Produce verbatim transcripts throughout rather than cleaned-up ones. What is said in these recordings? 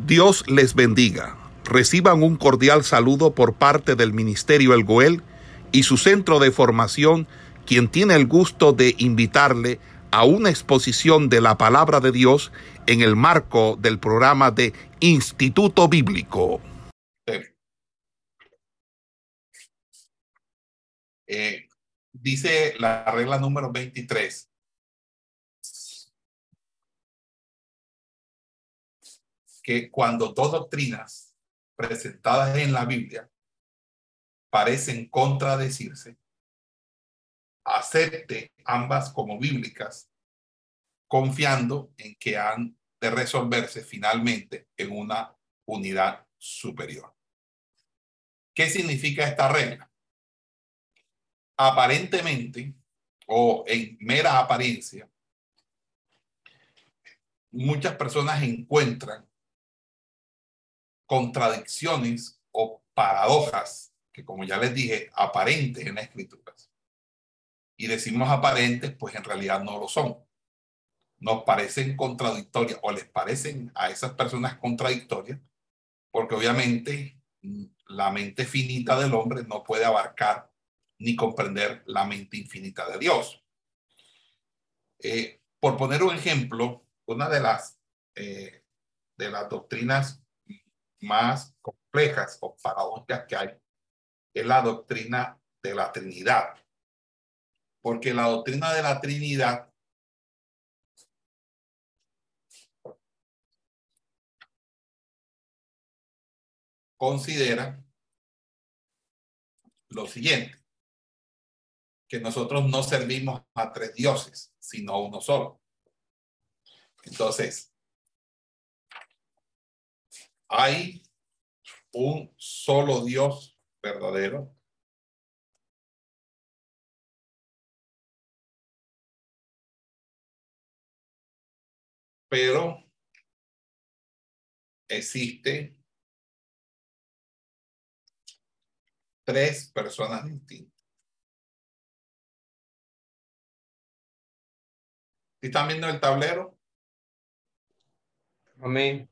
Dios les bendiga. Reciban un cordial saludo por parte del Ministerio El Goel y su centro de formación, quien tiene el gusto de invitarle a una exposición de la Palabra de Dios en el marco del programa de Instituto Bíblico. Eh, dice la regla número veintitrés que cuando dos doctrinas presentadas en la Biblia parecen contradecirse, acepte ambas como bíblicas, confiando en que han de resolverse finalmente en una unidad superior. ¿Qué significa esta regla? Aparentemente, o en mera apariencia, muchas personas encuentran contradicciones o paradojas que, como ya les dije, aparentes en las escrituras. Y decimos aparentes, pues en realidad no lo son. Nos parecen contradictorias o les parecen a esas personas contradictorias, porque obviamente la mente finita del hombre no puede abarcar ni comprender la mente infinita de Dios. Eh, por poner un ejemplo, una de las, eh, de las doctrinas más complejas o paradójicas que hay es la doctrina de la Trinidad. Porque la doctrina de la Trinidad considera lo siguiente, que nosotros no servimos a tres dioses, sino a uno solo. Entonces, hay un solo Dios verdadero, pero existe tres personas distintas. ¿Están viendo el tablero? Amén.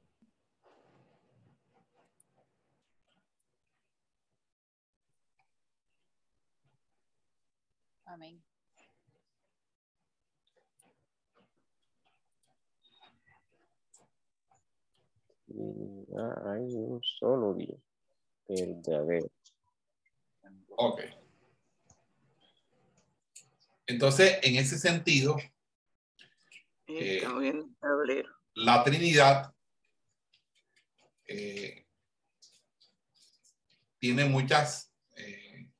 Amén. Hay un solo Dios verdadero. Ok. Entonces, en ese sentido, eh, la Trinidad eh, tiene muchas, eh,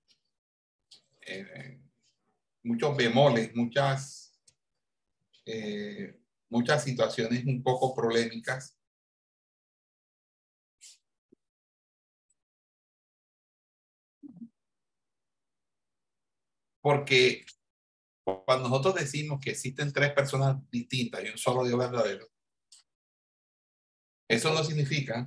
eh, muchos bemoles, muchas, eh, muchas situaciones un poco polémicas. Porque cuando nosotros decimos que existen tres personas distintas y un solo Dios verdadero, eso no significa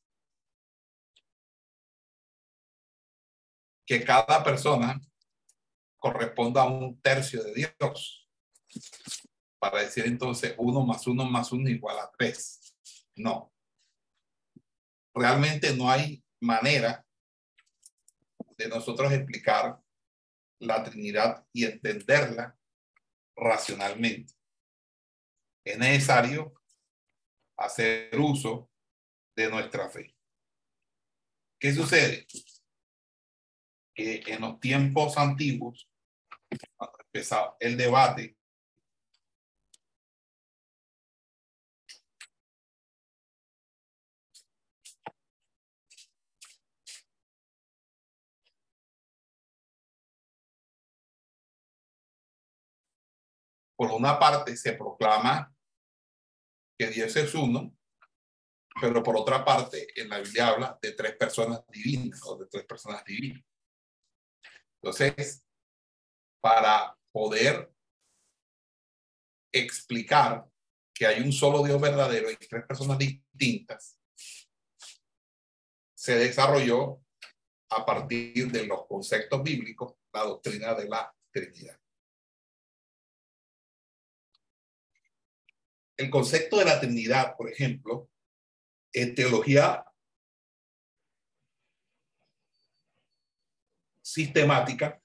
que cada persona corresponda a un tercio de Dios. Para decir entonces uno más uno más uno igual a tres. No. Realmente no hay manera de nosotros explicar la Trinidad y entenderla racionalmente. Es necesario hacer uso de nuestra fe. ¿Qué sucede? Que en los tiempos antiguos, cuando empezaba el debate, por una parte se proclama que Dios es uno, pero por otra parte en la Biblia habla de tres personas divinas o de tres personas divinas. Entonces, para poder explicar que hay un solo Dios verdadero y tres personas distintas, se desarrolló a partir de los conceptos bíblicos la doctrina de la Trinidad. El concepto de la Trinidad, por ejemplo, en teología sistemática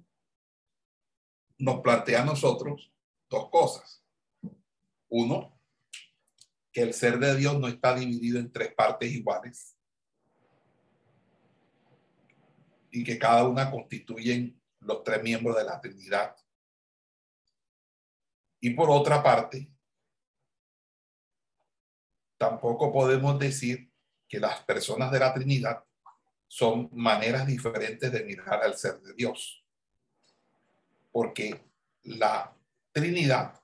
nos plantea a nosotros dos cosas. Uno, que el ser de Dios no está dividido en tres partes iguales y que cada una constituyen los tres miembros de la Trinidad. Y por otra parte, tampoco podemos decir que las personas de la Trinidad son maneras diferentes de mirar al ser de Dios. Porque la Trinidad,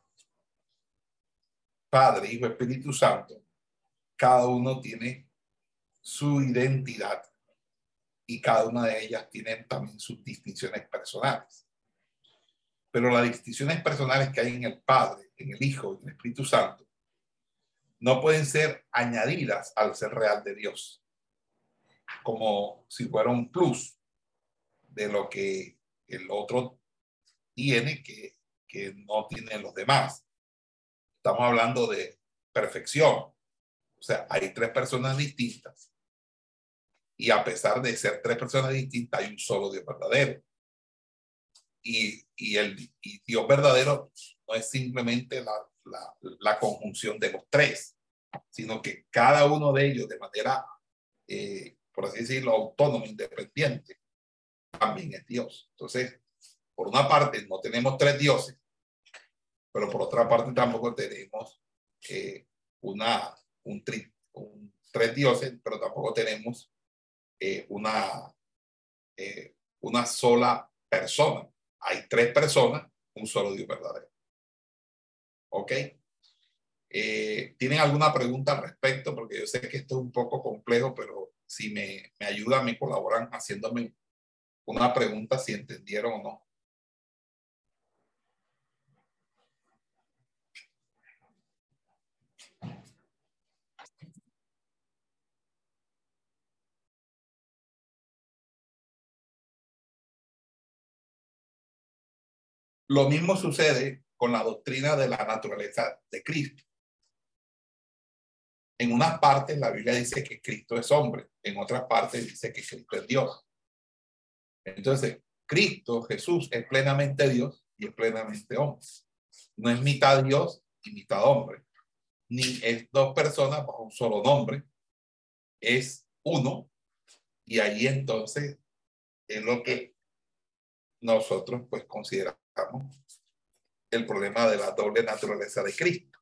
Padre, Hijo, Espíritu Santo, cada uno tiene su identidad y cada una de ellas tiene también sus distinciones personales. Pero las distinciones personales que hay en el Padre, en el Hijo y en el Espíritu Santo no pueden ser añadidas al ser real de Dios, como si fuera un plus de lo que el otro tiene que, que no tienen los demás. Estamos hablando de perfección. O sea, hay tres personas distintas y a pesar de ser tres personas distintas hay un solo Dios verdadero. Y, y el y Dios verdadero no es simplemente la, la, la conjunción de los tres, sino que cada uno de ellos de manera, eh, por así decirlo, autónoma, independiente, también es Dios. Entonces, por una parte no tenemos tres dioses, pero por otra parte tampoco tenemos eh, una, un, tri, un tres dioses, pero tampoco tenemos eh, una, eh, una sola persona. Hay tres personas, un solo Dios verdadero. ¿Ok? Eh, ¿Tienen alguna pregunta al respecto? Porque yo sé que esto es un poco complejo, pero si me, me ayudan, me colaboran haciéndome una pregunta si entendieron o no. Lo mismo sucede con la doctrina de la naturaleza de Cristo. En unas partes la Biblia dice que Cristo es hombre, en otras partes dice que Cristo es Dios. Entonces, Cristo, Jesús, es plenamente Dios y es plenamente hombre. No es mitad Dios y mitad hombre, ni es dos personas bajo un solo nombre, es uno, y ahí entonces es lo que nosotros pues consideramos el problema de la doble naturaleza de Cristo.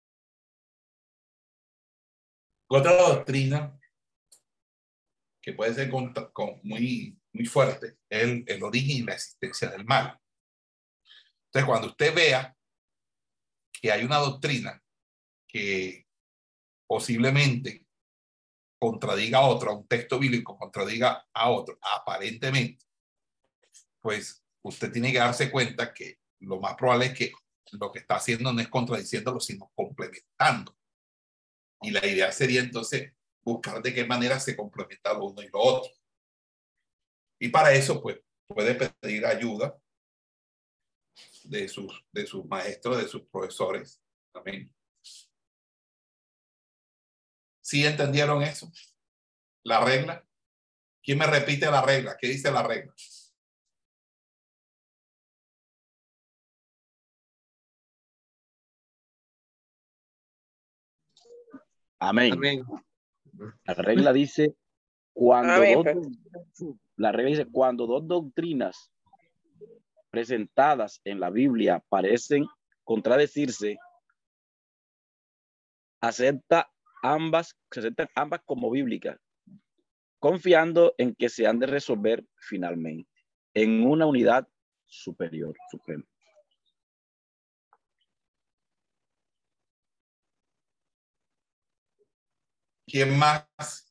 Otra doctrina que puede ser con, con muy, muy fuerte es el, el origen y la existencia del mal. Entonces, cuando usted vea que hay una doctrina que posiblemente contradiga a otra, un texto bíblico contradiga a otro, aparentemente, pues usted tiene que darse cuenta que lo más probable es que lo que está haciendo no es contradiciéndolo, sino complementando. Y la idea sería entonces buscar de qué manera se complementa lo uno y lo otro. Y para eso, pues, puede pedir ayuda de sus, de sus maestros, de sus profesores. Amén. ¿Sí entendieron eso? La regla. ¿Quién me repite la regla? ¿Qué dice la regla? Amén. Amén. La regla dice cuando Amén, dos, la regla dice cuando dos doctrinas presentadas en la Biblia parecen contradecirse, acepta ambas, se aceptan ambas como bíblicas, confiando en que se han de resolver finalmente en una unidad superior, suprema. ¿Quién más?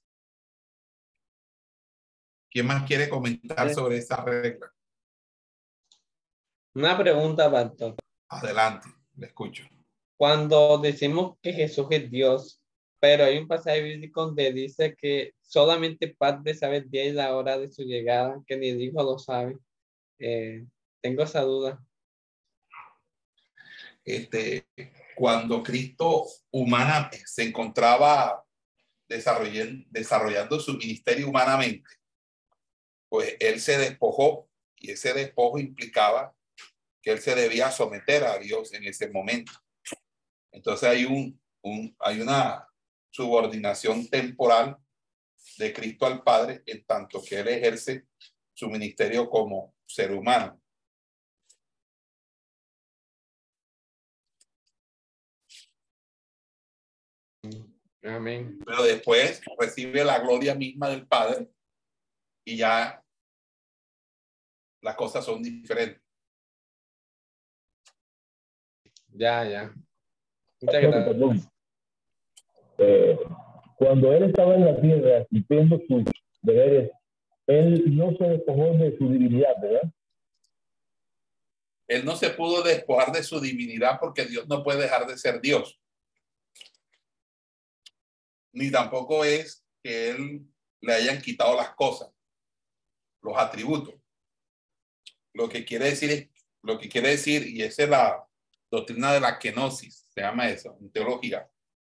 ¿Quién más quiere comentar sobre esa regla? Una pregunta, pastor. Adelante, le escucho. Cuando decimos que Jesús es Dios, pero hay un pasaje bíblico donde dice que solamente Padre sabe el día y la hora de su llegada, que ni el Hijo lo sabe. Eh, tengo esa duda. Este, cuando Cristo humana se encontraba desarrollando, desarrollando su ministerio humanamente, pues él se despojó, y ese despojo implicaba que él se debía someter a Dios en ese momento. Entonces hay, un, un, hay una subordinación temporal de Cristo al Padre, en tanto que él ejerce su ministerio como ser humano. Amén. Pero después recibe la gloria misma del Padre y ya las cosas son diferentes. Ya, ya. Muchas gracias. Perdón. Eh, cuando él estaba en la tierra cumpliendo sus deberes, él no se despojó de su divinidad, ¿verdad? Él no se pudo despojar de su divinidad porque Dios no puede dejar de ser Dios. Ni tampoco es que él le hayan quitado las cosas, los atributos. Lo que quiere decir es, lo que quiere decir, y esa es la doctrina de la kenosis, se llama eso en teología,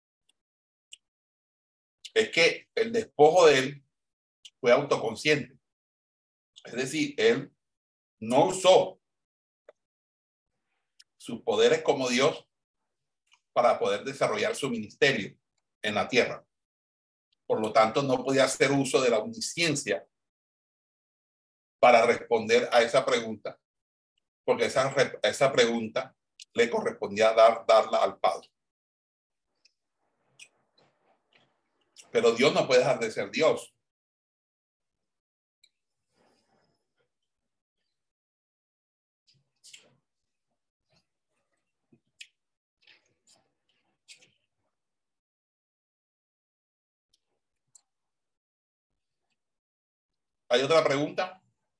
es que el despojo de él fue autoconsciente. Es decir, él no usó sus poderes como Dios para poder desarrollar su ministerio en la tierra. Por lo tanto, no podía hacer uso de la omnisciencia para responder a esa pregunta, porque esa, esa pregunta le correspondía dar, darla al Padre. Pero Dios no puede dejar de ser Dios. ¿Hay otra pregunta?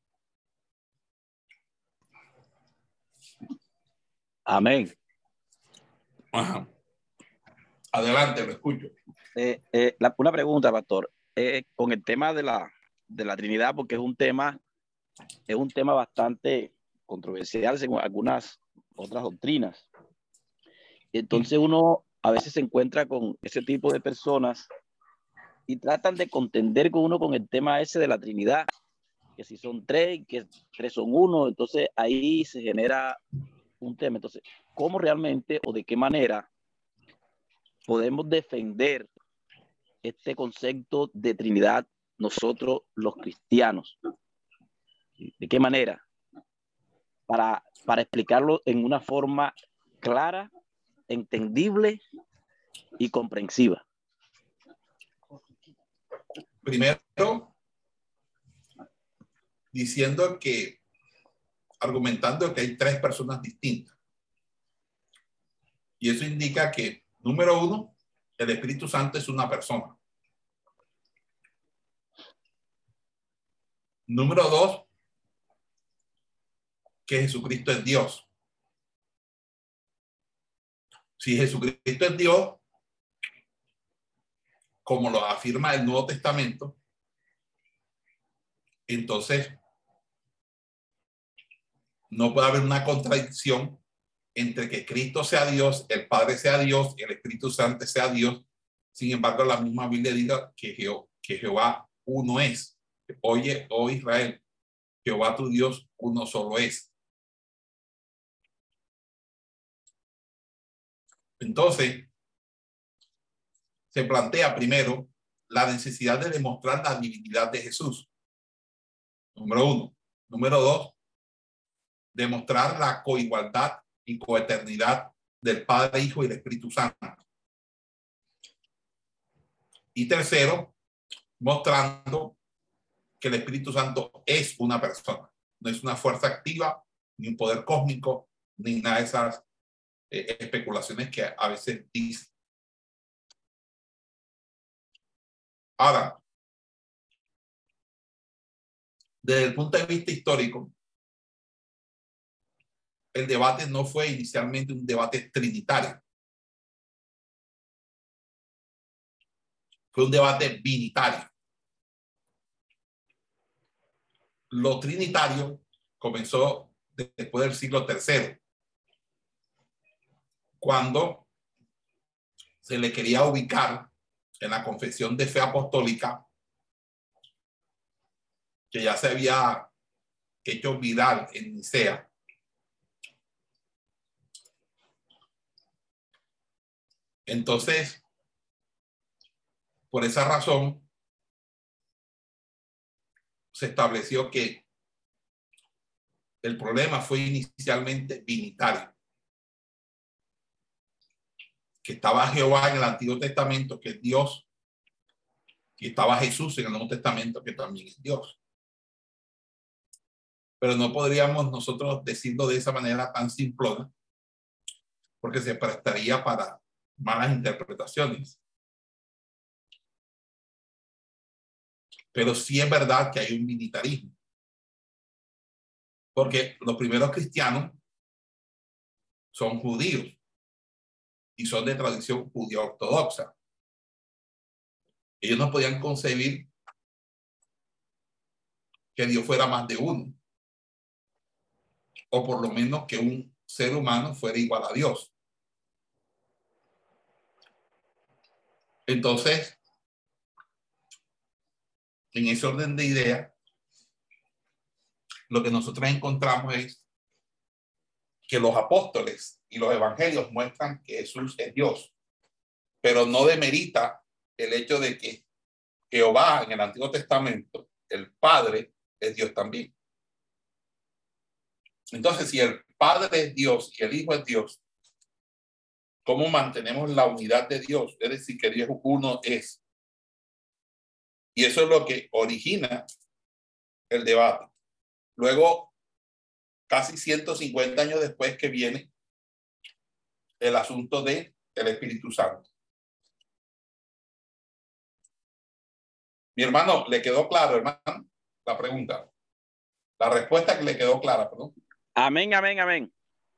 Amén. Ajá. Adelante, lo escucho. Eh, eh, la, una pregunta, pastor, eh, con el tema de la, de la Trinidad, porque es un tema, es un tema bastante controversial según algunas otras doctrinas. Entonces uno a veces se encuentra con ese tipo de personas y tratan de contender con uno con el tema ese de la Trinidad, que si son tres, que tres son uno, entonces ahí se genera un tema. Entonces, ¿cómo realmente o de qué manera podemos defender este concepto de Trinidad nosotros los cristianos? ¿De qué manera? Para, para explicarlo en una forma clara, entendible y comprensiva. Primero, diciendo que, argumentando que hay tres personas distintas. Y eso indica que, número uno, el Espíritu Santo es una persona. Número dos, que Jesucristo es Dios. Si Jesucristo es Dios, como lo afirma el Nuevo Testamento, entonces no puede haber una contradicción entre que Cristo sea Dios, el Padre sea Dios, el Espíritu Santo sea Dios. Sin embargo, la misma Biblia dice que, Jeho- que Jehová uno es. Oye, oh Israel, Jehová tu Dios uno solo es. Entonces, se plantea primero la necesidad de demostrar la divinidad de Jesús. Número uno. Número dos, demostrar la coigualdad y coeternidad del Padre, Hijo y del Espíritu Santo. Y tercero, mostrando que el Espíritu Santo es una persona, no es una fuerza activa, ni un poder cósmico, ni nada de esas eh, especulaciones que a veces dicen. Ahora, desde el punto de vista histórico, el debate no fue inicialmente un debate trinitario. Fue un debate binitario. Lo trinitario comenzó después del siglo tercero, cuando se le quería ubicar en la confesión de fe apostólica, que ya se había hecho viral en Nicea, entonces, por esa razón, se estableció que el problema fue inicialmente vinitario, que estaba Jehová en el Antiguo Testamento, que es Dios, y estaba Jesús en el Nuevo Testamento, que también es Dios. Pero no podríamos nosotros decirlo de esa manera tan simplona, porque se prestaría para malas interpretaciones. Pero sí es verdad que hay un militarismo, porque los primeros cristianos son judíos y son de tradición judía ortodoxa. Ellos no podían concebir que Dios fuera más de uno, o por lo menos que un ser humano fuera igual a Dios. Entonces, en ese orden de ideas, lo que nosotros encontramos es que los apóstoles y los evangelios muestran que Jesús es Dios, pero no demerita el hecho de que Jehová en el Antiguo Testamento, el Padre, es Dios también. Entonces, si el Padre es Dios y el Hijo es Dios, ¿cómo mantenemos la unidad de Dios? Es decir, que Dios uno es. Y eso es lo que origina el debate. Luego, casi ciento cincuenta años después, que viene el asunto del Espíritu Santo. Mi hermano, ¿le quedó claro, hermano, la pregunta? La respuesta que le quedó clara, perdón. Amén, amén, amén.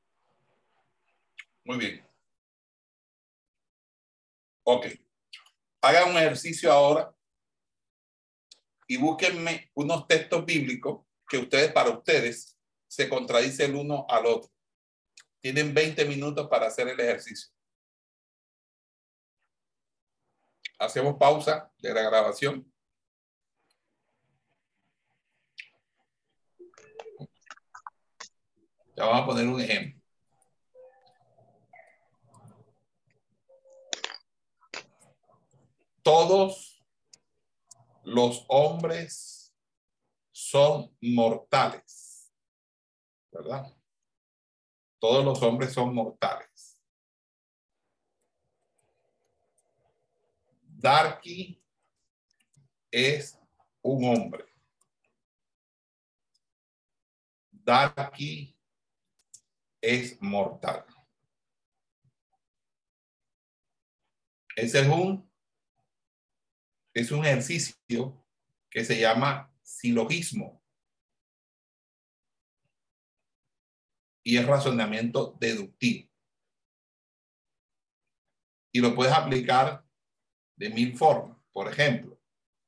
Muy bien. Ok. Hagan un ejercicio ahora y búsquenme unos textos bíblicos que ustedes, para ustedes, se contradicen el uno al otro. Tienen veinte minutos para hacer el ejercicio. Hacemos pausa de la grabación. Ya vamos a poner un ejemplo. Todos los hombres son mortales, ¿verdad? Todos los hombres son mortales. Darky es un hombre. Darky es mortal. Ese es un, es un ejercicio que se llama silogismo y es razonamiento deductivo. Y lo puedes aplicar de mil formas. Por ejemplo,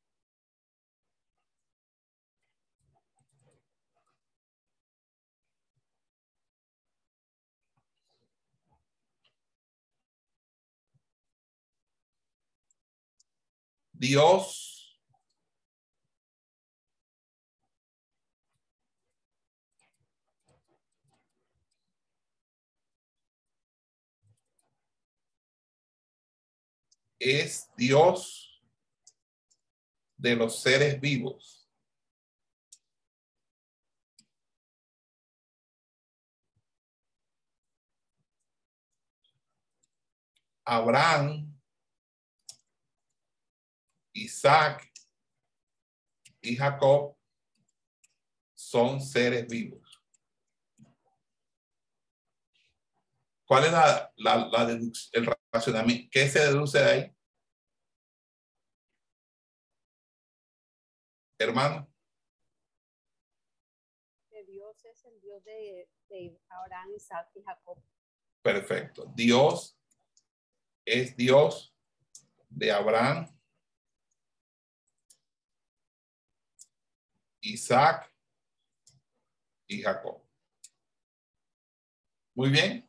Dios es Dios de los seres vivos. Abraham, Isaac y Jacob son seres vivos. ¿Cuál es la, la, la deducción, el razonamiento? ¿Qué se deduce de ahí? Hermano. Que Dios es el Dios de, de Abraham, Isaac y Jacob. Perfecto. Dios es Dios de Abraham, Isaac y Jacob. Muy bien.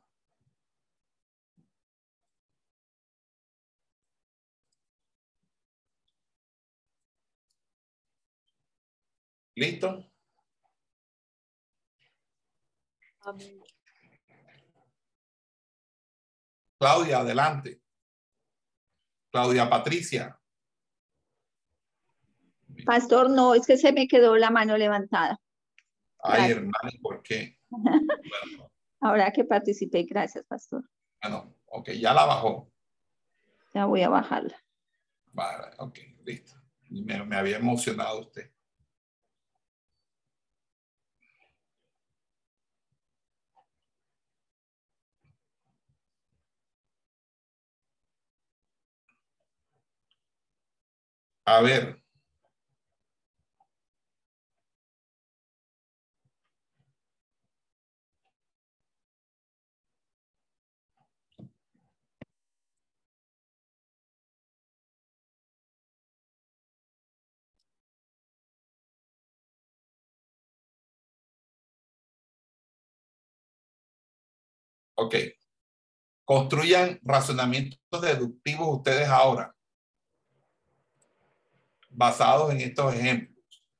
¿Listo? Amén. Claudia, adelante. Claudia Patricia. Pastor, no, es que se me quedó la mano levantada. Ay, Gracias. hermano, ¿por qué? Ahora que participé, gracias, pastor. Bueno, ok, ya la bajó. Ya voy a bajarla. Vale, ok, listo. Me, me había emocionado usted. A ver. Ok. Construyan razonamientos deductivos ustedes ahora, basados en estos ejemplos,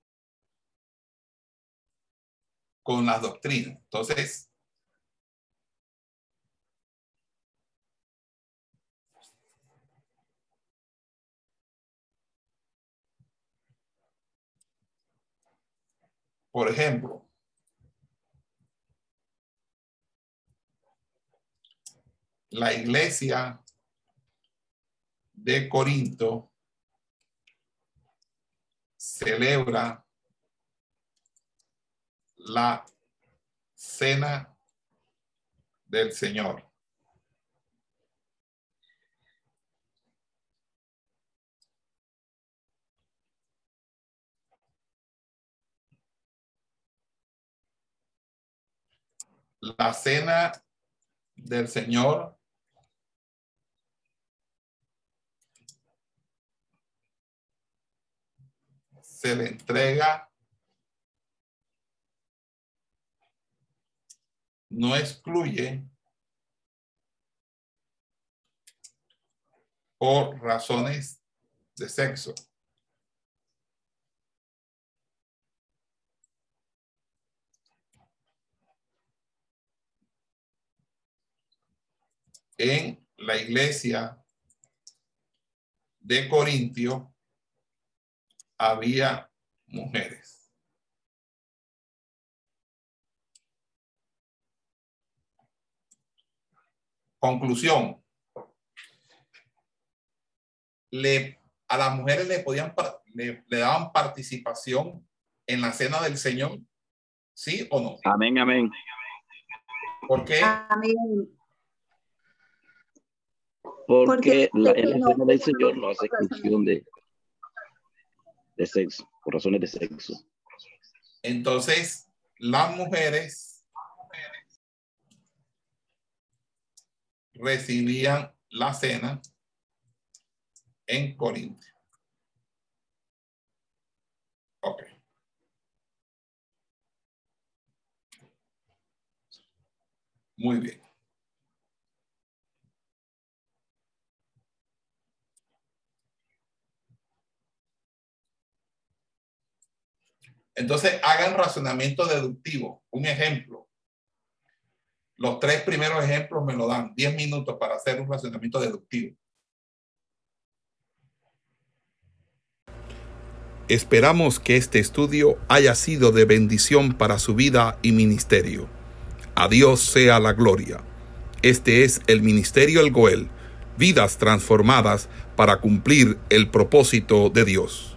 con las doctrinas. Entonces, por ejemplo, la iglesia de Corinto celebra la cena del Señor. La cena del Señor se le entrega, no excluye por razones de sexo. En la iglesia de Corintio había mujeres. Conclusión. Le, a las mujeres le podían le, le daban participación en la cena del Señor, ¿sí o no? Amén, amén. ¿Por qué? Amén. Porque, Porque la, sé en que la no, cena del eso no Señor es no hace por razones. exclusión de, de sexo, por razones de sexo. Entonces, las mujeres recibían la cena en Corinto. Ok. Muy bien. Entonces, hagan razonamiento deductivo. Un ejemplo. Los tres primeros ejemplos me lo dan. diez minutos para hacer un razonamiento deductivo. Esperamos que este estudio haya sido de bendición para su vida y ministerio. A Dios sea la gloria. Este es el Ministerio El Goel, vidas transformadas para cumplir el propósito de Dios.